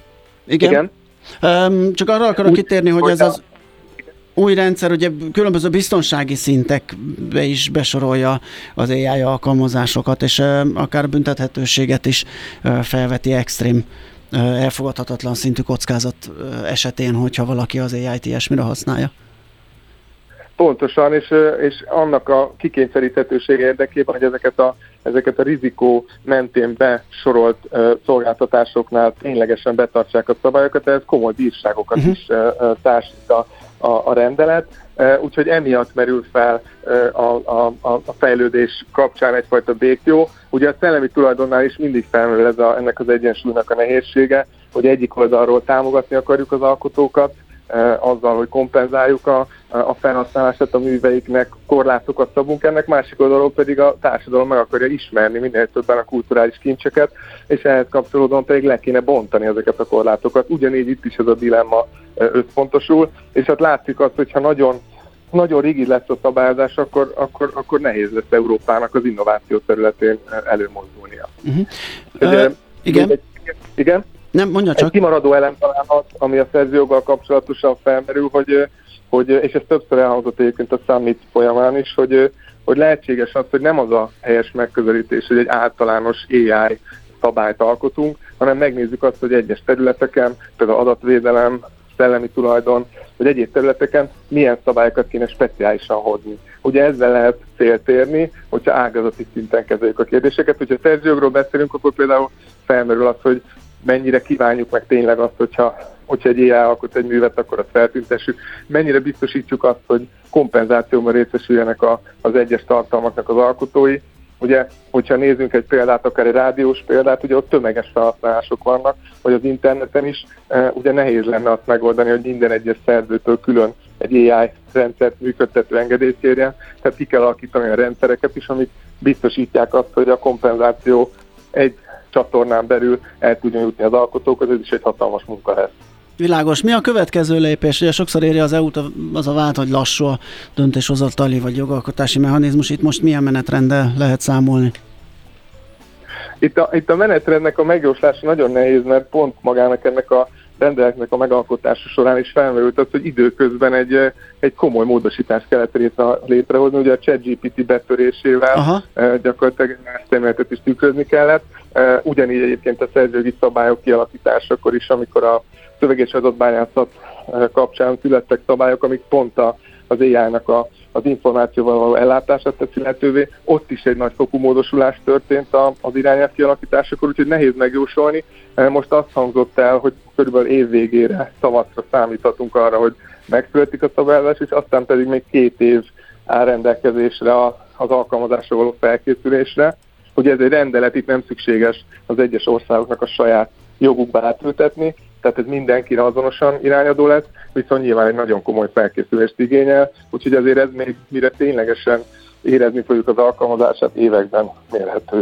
Igen. Igen. Um, csak arra akarok Úgy, kitérni, hogy ez az új rendszer ugye különböző biztonsági szintekbe is besorolja az á i alkalmazásokat, és uh, akár büntethetőséget is uh, felveti extrém, uh, elfogadhatatlan szintű kockázat uh, esetén, hogyha valaki az á i-t ilyesmire használja. Pontosan, és, és annak a kikényszeríthetősége érdekében, hogy ezeket a, ezeket a rizikó mentén besorolt uh, szolgáltatásoknál ténylegesen betartsák a szabályokat, ez komoly bírságokat uh-huh. is uh, társít a, a, a rendelet. Uh, úgyhogy emiatt merül fel uh, a, a, a fejlődés kapcsán egyfajta békjó. Ugye a szellemi tulajdonnál is mindig felmerül ez a, ennek az egyensúlynak a nehézsége, hogy egyik oldalról támogatni akarjuk az alkotókat, azzal, hogy kompenzáljuk a, a felhasználását a műveiknek, korlátokat szabunk ennek, másik oldalról pedig a társadalom meg akarja ismerni minél többen a kulturális kincseket, és ehhez kapcsolódóan pedig le kéne bontani ezeket a korlátokat. Ugyanígy itt is ez a dilemma összpontosul, és hát látszik azt, hogyha nagyon nagyon rigid lesz a szabályozás, akkor, akkor, akkor nehéz lesz Európának az innováció területén előmozdulnia. Uh-huh. Ugye, uh, igen. Egy, igen? Nem, mondja csak. Egy kimaradó elem talán, ami a szerzőjoggal kapcsolatosan felmerül, hogy, hogy, és ez többször elhangzott egyébként a Summit folyamán is, hogy, hogy lehetséges az, hogy nem az a helyes megközelítés, hogy egy általános á i szabályt alkotunk, hanem megnézzük azt, hogy egyes területeken, például adatvédelem, szellemi tulajdon, vagy egyéb területeken milyen szabályokat kéne speciálisan hozni. Ugye ezzel lehet céltérni, hogyha ágazati szinten kezeljük a kérdéseket. Hogyha szerzőjogról beszélünk, akkor például felmerül az, hogy mennyire kívánjuk meg tényleg azt, hogyha, hogyha egy á i alkot egy művet, akkor azt feltüntessük. Mennyire biztosítjuk azt, hogy kompenzációban részesüljenek a, az egyes tartalmaknak az alkotói. Ugye, hogyha nézzünk egy példát, akár egy rádiós példát, ugye ott tömeges felhasználások vannak, vagy az interneten is, ugye nehéz lenne azt megoldani, hogy minden egyes szerzőtől külön egy á i rendszert működtető engedélyt kérjen, tehát ki kell alakítani a rendszereket is, amik biztosítják azt, hogy a kompenzáció egy csatornán belül el tudjon jutni az alkotókhoz, ez is egy hatalmas munka lesz. Világos. Mi a következő lépés? Ugye sokszor éri az é u-t az a vált, hogy lassú a döntéshozatali vagy jogalkotási mechanizmus. Itt most milyen menetrenddel lehet számolni? Itt a, itt a menetrendnek a megjóslása nagyon nehéz, mert pont magának ennek a rendeletnek a megalkotása során is felmerült az, hogy időközben egy, egy komoly módosítást kellett létrehozni, ugye a ChatGPT betörésével Aha. gyakorlatilag eszméletet is tükrözni kellett. Ugyanígy egyébként a szerzőjogi szabályok kialakításakor is, amikor a szöveg és adatbányászat kapcsán születtek szabályok, amik pont a, az á i-nak a, az információval való ellátását teszi lehetővé. Ott is egy nagyfokú módosulás történt az irányelv kialakításakor, úgyhogy nehéz megjósolni. Most azt hangzott el, hogy körülbelül év végére, tavaszra számíthatunk arra, hogy megszületik a szabályozás, és aztán pedig még két év áll rendelkezésre az alkalmazásra való felkészülésre. Ugye ez egy rendelet, itt nem szükséges az egyes országoknak a saját jogukba átültetni, tehát ez mindenkire azonosan irányadó lesz, viszont nyilván egy nagyon komoly felkészülést igényel, úgyhogy azért ez még mire ténylegesen érezni fogjuk az alkalmazását, években mérhető.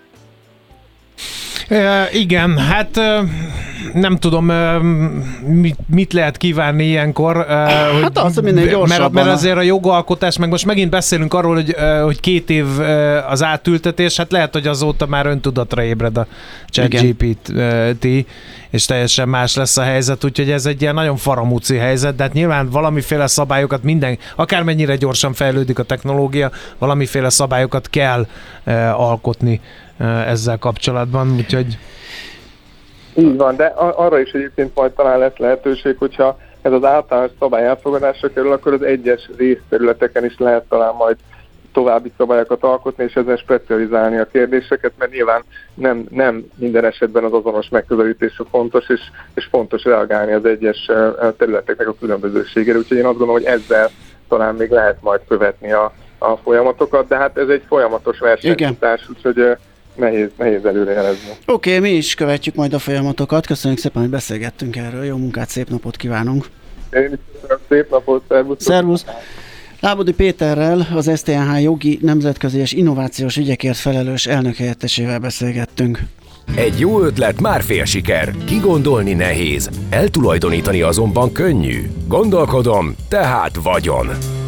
E, igen, hát nem tudom, mit, mit lehet kívánni ilyenkor. Hát az, hogy minél gyorsabban. Mert, mert azért a jogalkotás, meg most megint beszélünk arról, hogy, hogy két év az átültetés, hát lehet, hogy azóta már öntudatra ébred a ChatGPT, és teljesen más lesz a helyzet, úgyhogy ez egy ilyen nagyon faramúci helyzet, de hát nyilván valamiféle szabályokat minden, akármennyire gyorsan fejlődik a technológia, valamiféle szabályokat kell alkotni ezzel kapcsolatban, úgyhogy... Így van, de arra is egyébként majd talán lesz lehetőség, hogyha ez az általános szabály elfogadásra kerül, akkor az egyes részterületeken is lehet talán majd további szabályokat alkotni, és ezzel specializálni a kérdéseket, mert nyilván nem, nem minden esetben az azonos megközelítés fontos, és, és fontos reagálni az egyes területeknek a különbözőségére, úgyhogy én azt gondolom, hogy ezzel talán még lehet majd követni a, a folyamatokat, de hát ez egy folyamatos versenyfutás, úgyhogy nehéz, nehéz előrejelezni. Oké, okay, mi is követjük majd a folyamatokat. Köszönjük szépen, hogy beszélgettünk erről. Jó munkát, szép napot kívánunk! Én is köszönöm, szép napot, szervusz! Szervusz! Lábodi Péterrel, az es té en há jogi, nemzetközi és innovációs ügyekért felelős elnökhelyettesével beszélgettünk. Egy jó ötlet már fél siker. Kigondolni nehéz, eltulajdonítani azonban könnyű. Gondolkodom, tehát vagyon.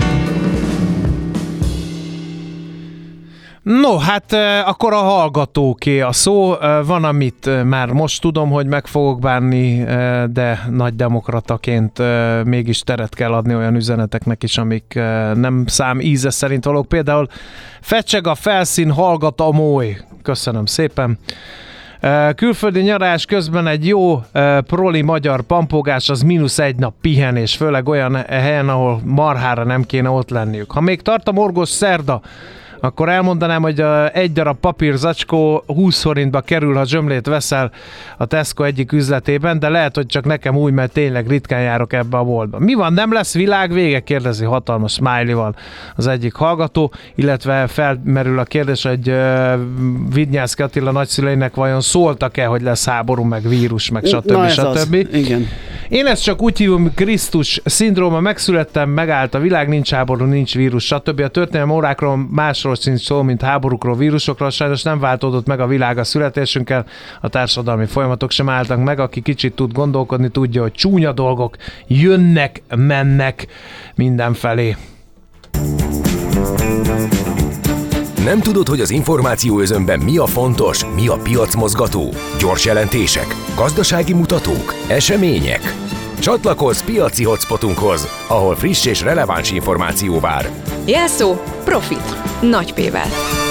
No, hát akkor a hallgatóké a szó. Van, amit már most tudom, hogy meg fogok bánni, de nagy demokrataként mégis teret kell adni olyan üzeneteknek is, amik nem szám íze szerint valók. Például fecseg a felszín, hallgat a moly. Köszönöm szépen. Külföldi nyarás közben egy jó proli magyar pampogás az mínusz egy nap pihenés, főleg olyan helyen, ahol marhára nem kéne ott lenniük. Ha még tart a morgos szerda, akkor elmondanám, hogy egy darab papírzacskó húsz forintba kerül, ha zsömlét veszel a Tesco egyik üzletében, de lehet, hogy csak nekem úgy, mert tényleg ritkán járok ebbe a boltba. Mi van, nem lesz világ vége? Kérdezi hatalmas smiley-val az egyik hallgató, illetve felmerül a kérdés, hogy uh, Vidnyánszky Attila nagyszüleinek vajon szóltak-e, hogy lesz háború, meg vírus, meg stb. Na, stb. Igen. Én ezt csak úgy hívom, Krisztus szindróma, megszülettem, megállt a világ, nincs háború, nincs vírus, stb. A történelmi órákról másról sincs szó, mint háborúkról, vírusokról, sajnos nem váltódott meg a világ a születésünkkel, a társadalmi folyamatok sem álltak meg, aki kicsit tud gondolkodni, tudja, hogy csúnya dolgok jönnek, mennek mindenfelé. Nem tudod, hogy az információ özönben mi a fontos, mi a piacmozgató? Gyors jelentések, gazdasági mutatók, események? Csatlakozz piaci hotspotunkhoz, ahol friss és releváns információ vár. Jelszó Profit. Nagy P-vel.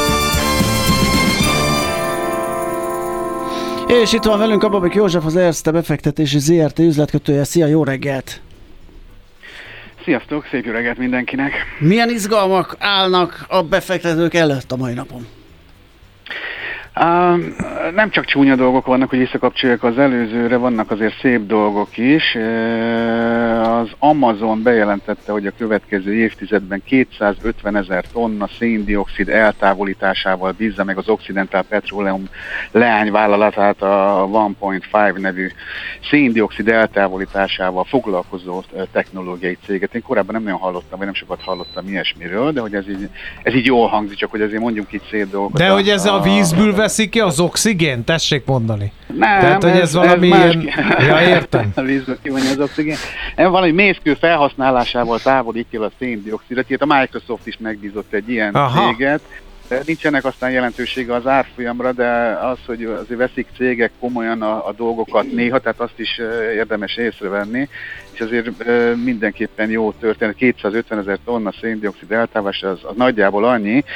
És itt van velünk a Babik József, az Erste befektetési zé er té üzletkötője. Szia, jó reggelt! Sziasztok, szép jó reggelt mindenkinek! Milyen izgalmak állnak a befektetők előtt a mai napon? Uh, nem csak csúnya dolgok vannak, hogy visszakapcsolják az előzőre, vannak azért szép dolgok is. Uh, az Amazon bejelentette, hogy a következő évtizedben kétszázötvenezer tonna széndioxid eltávolításával bízza meg az Occidental Petroleum leányvállalatát, a egy pont öt nevű széndioxid eltávolításával foglalkozó technológiai céget. Én korábban nem nagyon hallottam, vagy nem sokat hallottam ilyesmiről, de hogy ez így, ez így jól hangzik, csak hogy azért mondjunk itt szép dolgokat. De a, hogy ez a, a vízből veszik ki az oxigén? Tessék mondani. Nem, tehát, hogy ez, ez valami ez ilyen... Ja, értem. A vízből kivonja az oxigén. Ez valami mészkő felhasználásával távolítja el a széndioxidot. Itt a Microsoft is megbízott egy ilyen Aha. céget. Nincsenek aztán jelentősége az árfolyamra, de az, hogy azért veszik cégek komolyan a, a dolgokat néha, tehát azt is érdemes észrevenni, és azért mindenképpen jó történet. kétszázötvenezer tonna széndioxid eltávolítás, az, az nagyjából annyi,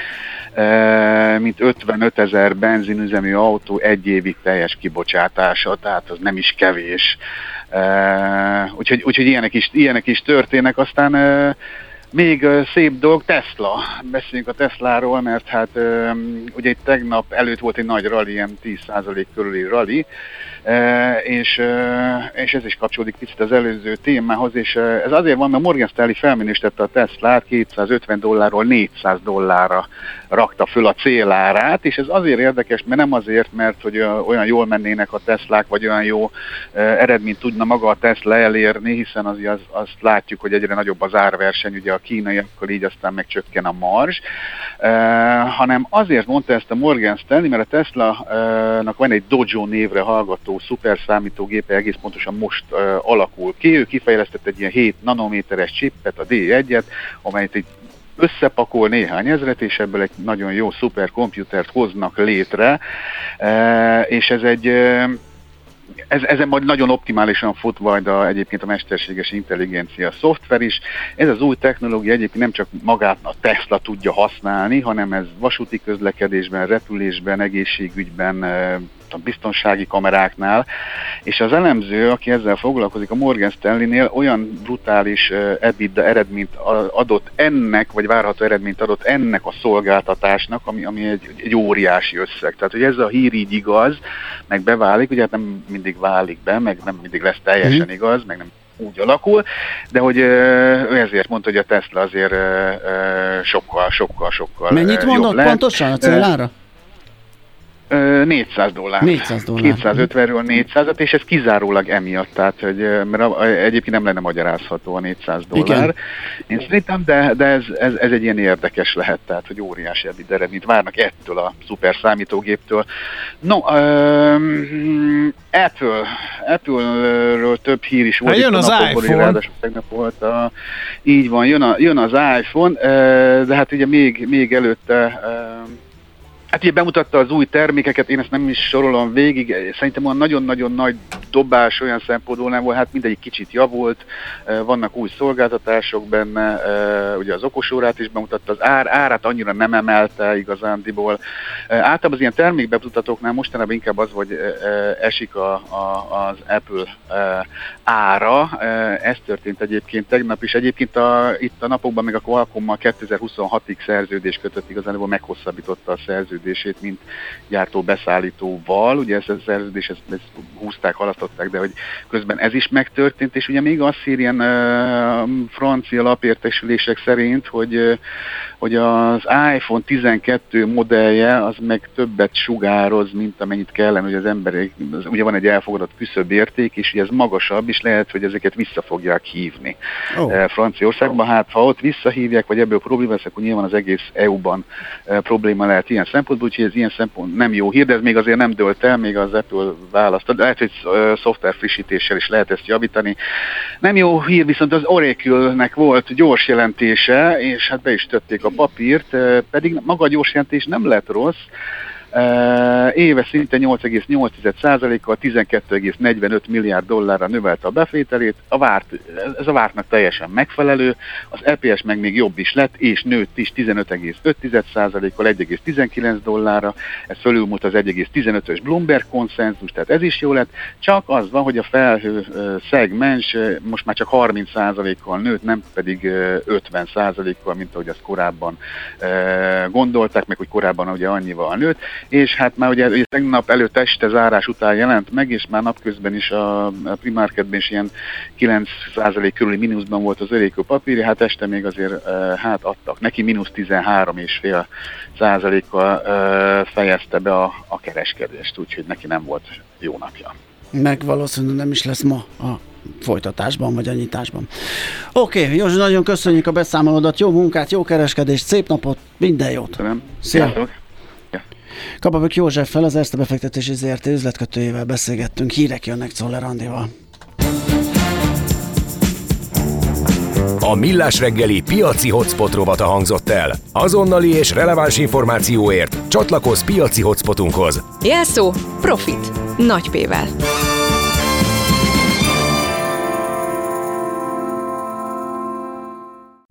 mint ötvenöt ezer benzinüzemű autó egy évig teljes kibocsátása, tehát az nem is kevés. Úgyhogy, úgyhogy ilyenek, is, ilyenek is történnek, aztán még uh, szép dolog, Tesla. Beszéljünk a Tesláról, mert hát um, ugye itt tegnap előtt volt egy nagy rally, ilyen tíz százalék körüli rally, uh, és, uh, és ez is kapcsolódik picit az előző témához, és uh, ez azért van, mert Morgan Stanley felminősítette a Teslát, kétszázötven dollárról négyszáz dollárra rakta föl a célárát, és ez azért érdekes, mert nem azért, mert hogy uh, olyan jól mennének a Teslák, vagy olyan jó uh, eredményt tudna maga a Tesla elérni, hiszen az, az, azt látjuk, hogy egyre nagyobb az árverseny, ugye a kínaiakkal, így aztán megcsökken a marzs, uh, hanem azért mondta ezt a Morgan Stanley, mert a Tesla-nak van egy Dojo névre hallgató szuperszámítógépe, egész pontosan most uh, alakul ki. Ő kifejlesztett egy ilyen hét nanométeres chipet, a dé egyet, amelyet egy összepakol néhány ezret, és ebből egy nagyon jó szuperkomputert hoznak létre, uh, és ez egy uh, Ez, ezen majd nagyon optimálisan fut majd a, egyébként a mesterséges intelligencia szoftver is. Ez az új technológia egyébként nem csak magát a Tesla tudja használni, hanem ez vasúti közlekedésben, repülésben, egészségügyben, a biztonsági kameráknál, és az elemző, aki ezzel foglalkozik a Morgan Stanley-nél, olyan brutális EBITDA eredményt adott ennek, vagy várható eredményt adott ennek a szolgáltatásnak, ami, ami egy, egy óriási összeg. Tehát, hogy ez a hír így igaz, meg beválik, ugye hát nem mindig válik be, meg nem mindig lesz teljesen mm. igaz, meg nem úgy alakul, de hogy ő ezért mondta, hogy a Tesla azért sokkal, sokkal, sokkal Mennyit mondott pontosan a célára? négyszáz dollár. négyszáz dollár. kétszázötvenről négyszázat, és ez kizárólag emiatt, tehát hogy, mert a, egyébként nem lenne magyarázható a négyszáz dollár. Igen. Én szerintem, de, de ez, ez, ez egy ilyen érdekes lehet, tehát hogy óriási eredményt várnak ettől a szuper számítógéptől. No, um, Apple, Apple-ről több hír is volt. Hát jön az iPhone. Tegnap volt a, így van, jön, a, jön az iPhone, de hát ugye még, még előtte hát ugye bemutatta az új termékeket, én ezt nem is sorolom végig, szerintem olyan nagyon-nagyon nagy dobás olyan szempontból nem volt, hát mindegyik kicsit javult, vannak új szolgáltatások benne, ugye az okosórát is bemutatta, az ár, árát annyira nem emelte igazándiból. Általában az ilyen termékbemutatóknál mostanában inkább az, hogy esik a, a, az Apple ára, ez történt egyébként tegnap is, egyébként a, itt a napokban még a Qualcomm-mal kétezer-huszonhatig szerződés kötött, igazából meghosszabbította a szerződését, mint gyártó-beszállítóval, ugye ezt a szerződést ezt, ezt húzták, halasztották, de hogy közben ez is megtörtént, és ugye még azt ír ilyen uh, francia lapértesülések szerint, hogy uh, hogy az iPhone tizenkettő modellje az meg többet sugároz, mint amennyit kellene, hogy az emberek, ugye van egy elfogadott küszöbérték, és ez magasabb, és lehet, hogy ezeket vissza fogják hívni. Oh. Franciaországban, hát ha ott visszahívják, vagy ebből probléma lesz, akkor nyilván az egész é u-ban probléma lehet ilyen szempontból, úgyhogy ez ilyen szempont nem jó hír, de ez még azért nem dőlt el, még az Apple választ. Lehet, hogy szoftver frissítéssel is lehet ezt javítani. Nem jó hír, viszont az Oracle-nek volt gyors jelentése, és hát be is tették a papírt, pedig maga a gyors jelentés nem lett rossz. Uh, éve szinte nyolc egész nyolc százalékkal tizenkettő egész negyvenöt milliárd dollárra növelte a bevételét, a várt, ez a vártnak teljesen megfelelő, az é pé es meg még jobb is lett, és nőtt is tizenöt egész öt százalékkal egy egész tizenkilenc dollárra, ez fölülmúlt az egy egész tizenötös Bloomberg konszenzus, tehát ez is jó lett, csak az van, hogy a felhő uh, szegmens uh, most már csak harminc százalékkal nőtt, nem pedig uh, ötven százalékkal, mint ahogy azt korábban uh, gondolták, meg hogy korábban ugye annyival nőtt, és hát már ugye, ugye tegnap előtt este zárás után jelent meg, és már napközben is a pre-marketben is ilyen kilenc százalék körüli mínuszban volt az Oracle papírja, hát este még azért hát adtak neki, mínusz tizenhárom egész öt százalékkal fejezte be a, a kereskedést, úgyhogy neki nem volt jó napja. Meg valószínűleg nem is lesz ma a folytatásban, vagy a nyitásban. Oké, okay, Józsi, nagyon köszönjük a beszámolódat, jó munkát, jó kereskedést, szép napot, minden jót! Köszönöm. Szia! Kapabök Józseffel, az Erste Befektetési zé er té üzletkötőjével beszélgettünk, hírek jönnek Czoller Andival. A Millás reggeli piaci hotspot rovata hangzott el. Azonnali és releváns információért csatlakozz piaci hotspotunkhoz. Jelszó Profit. Nagy P-vel.